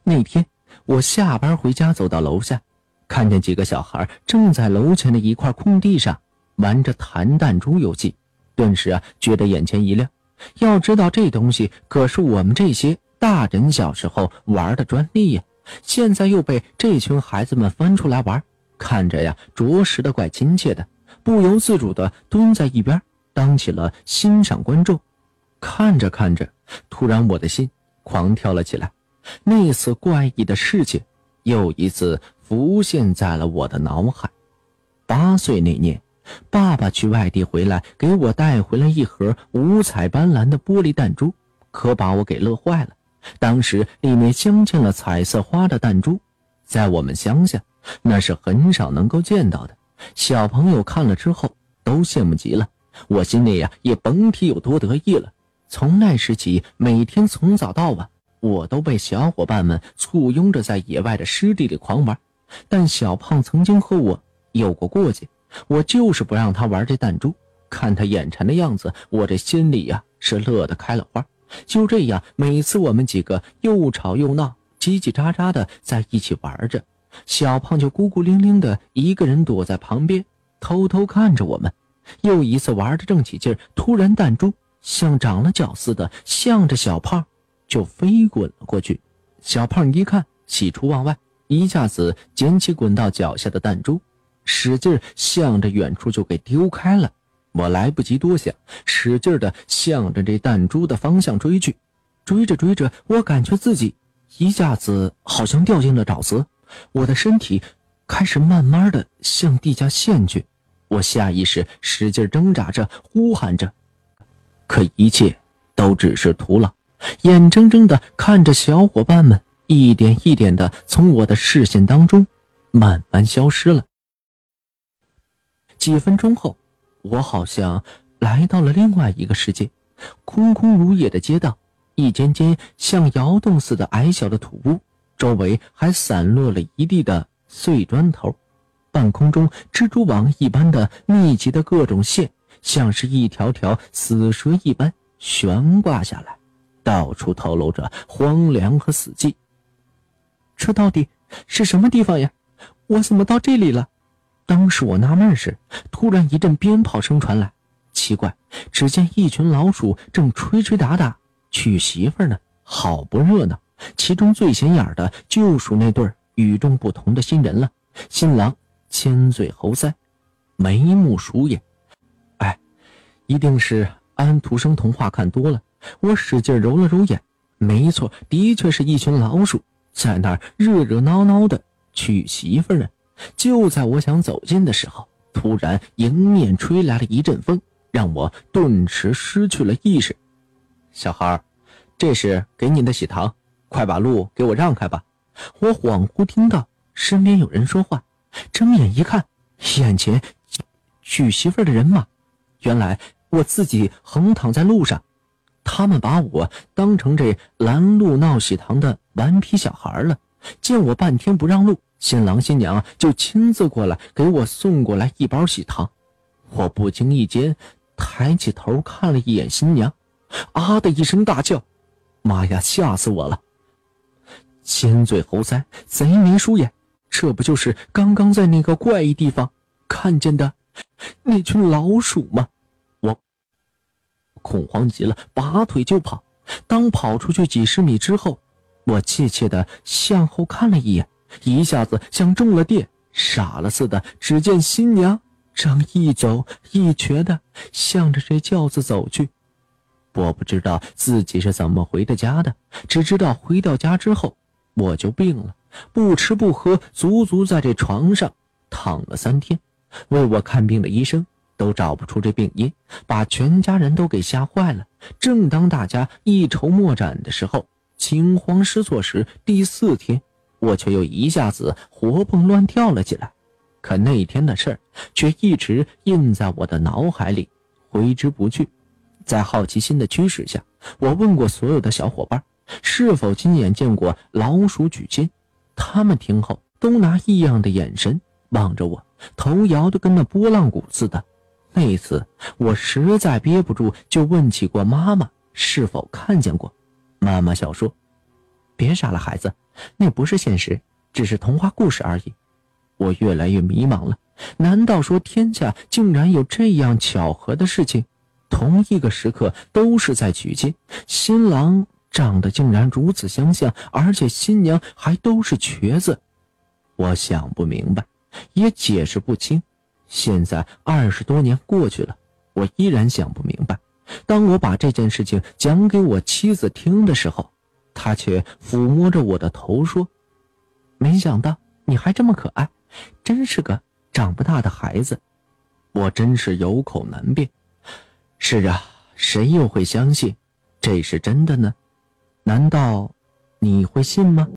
那天我下班回家，走到楼下，看见几个小孩正在楼前的一块空地上玩着弹弹珠游戏，顿时觉得眼前一亮。要知道这东西可是我们这些大人小时候玩的专利呀，现在又被这群孩子们翻出来玩，看着着实的怪亲切的，不由自主地蹲在一边当起了欣赏观众。看着看着，突然我的心狂跳了起来，那次怪异的事情又一次浮现在了我的脑海。8岁那年，爸爸去外地回来，给我带回了一盒五彩斑斓的玻璃弹珠，可把我给乐坏了。当时里面镶嵌了彩色花的弹珠，在我们乡下那是很少能够见到的，小朋友看了之后都羡慕极了。我心里也甭提有多得意了。从那时起，每天从早到晚，我都被小伙伴们簇拥着在野外的湿地里狂玩。但小胖曾经和我有过过节，我就是不让他玩这弹珠，看他眼馋的样子，我这心里是乐得开了花。就这样，每次我们几个又吵又闹，叽叽喳喳的在一起玩着，小胖就孤孤零零的一个人躲在旁边，偷偷看着我们。又一次玩得正起劲，突然弹珠像长了脚似的，向着小胖就飞滚了过去。小胖一看，喜出望外，一下子捡起滚到脚下的弹珠，使劲向着远处就给丢开了。我来不及多想，使劲的向着这弹珠的方向追去。追着追着，我感觉自己一下子好像掉进了沼泽，我的身体开始慢慢的向地下陷去。我下意识使劲挣扎着，呼喊着，可一切都只是徒劳，眼睁睁的看着小伙伴们一点一点的从我的视线当中慢慢消失了。几分钟后，我好像来到了另外一个世界，空空如也的街道，一间间像窑洞似的矮小的土屋，周围还散落了一地的碎砖头。半空中蜘蛛网一般的密集的各种线，像是一条条死蛇一般悬挂下来，到处透露着荒凉和死寂。这到底是什么地方呀？我怎么到这里了？当时我纳闷时，突然一阵鞭炮声传来。奇怪，只见一群老鼠正吹吹打打娶媳妇呢，好不热闹。其中最显眼的就属那对与众不同的新人了。新郎尖嘴猴腮，眉目鼠眼，一定是安徒生童话看多了。我使劲揉了揉眼，没错，的确是一群老鼠在那儿热热闹闹的娶媳妇呢。就在我想走近的时候，突然迎面吹来了一阵风，让我顿时失去了意识。小孩，这是给你的喜糖，快把路给我让开吧。我恍惚听到身边有人说话，睁眼一看，眼前娶媳妇的人马，原来我自己横躺在路上，他们把我当成这拦路闹喜糖的顽皮小孩了。见我半天不让路，新郎新娘就亲自过来给我送过来一包喜糖。我不经意间抬起头看了一眼新娘，啊的一声大叫，妈呀，吓死我了！尖嘴猴腮，贼眉鼠眼，这不就是刚刚在那个怪异地方看见的那群老鼠吗？我恐慌极了，拔腿就跑。当跑出去几十米之后，我怯怯地向后看了一眼，一下子像中了电，傻了似的，只见新娘正一走一瘸的向着这轿子走去。我不知道自己是怎么回的家的，只知道回到家之后我就病了，不吃不喝，足足在这床上躺了3天。为我看病的医生都找不出这病因，把全家人都给吓坏了。正当大家一筹莫展的时候，惊慌失措时，第4天我却又一下子活蹦乱跳了起来。可那天的事儿却一直印在我的脑海里，挥之不去。在好奇心的驱使下，我问过所有的小伙伴是否亲眼见过老鼠娶亲，他们听后都拿异样的眼神望着我，头摇得跟那拨浪鼓似的。那次我实在憋不住，就问起过妈妈是否看见过。妈妈笑说， 别傻了孩子，那不是现实，只是童话故事而已。我越来越迷茫了，难道说天下竟然有这样巧合的事情？同一个时刻都是在娶亲，新郎长得竟然如此相像，而且新娘还都是瘸子。我想不明白，也解释不清。现在20多年过去了，我依然想不明白。当我把这件事情讲给我妻子听的时候，她却抚摸着我的头说：没想到你还这么可爱，真是个长不大的孩子。我真是有口难辩。是啊，谁又会相信这是真的呢？难道你会信吗？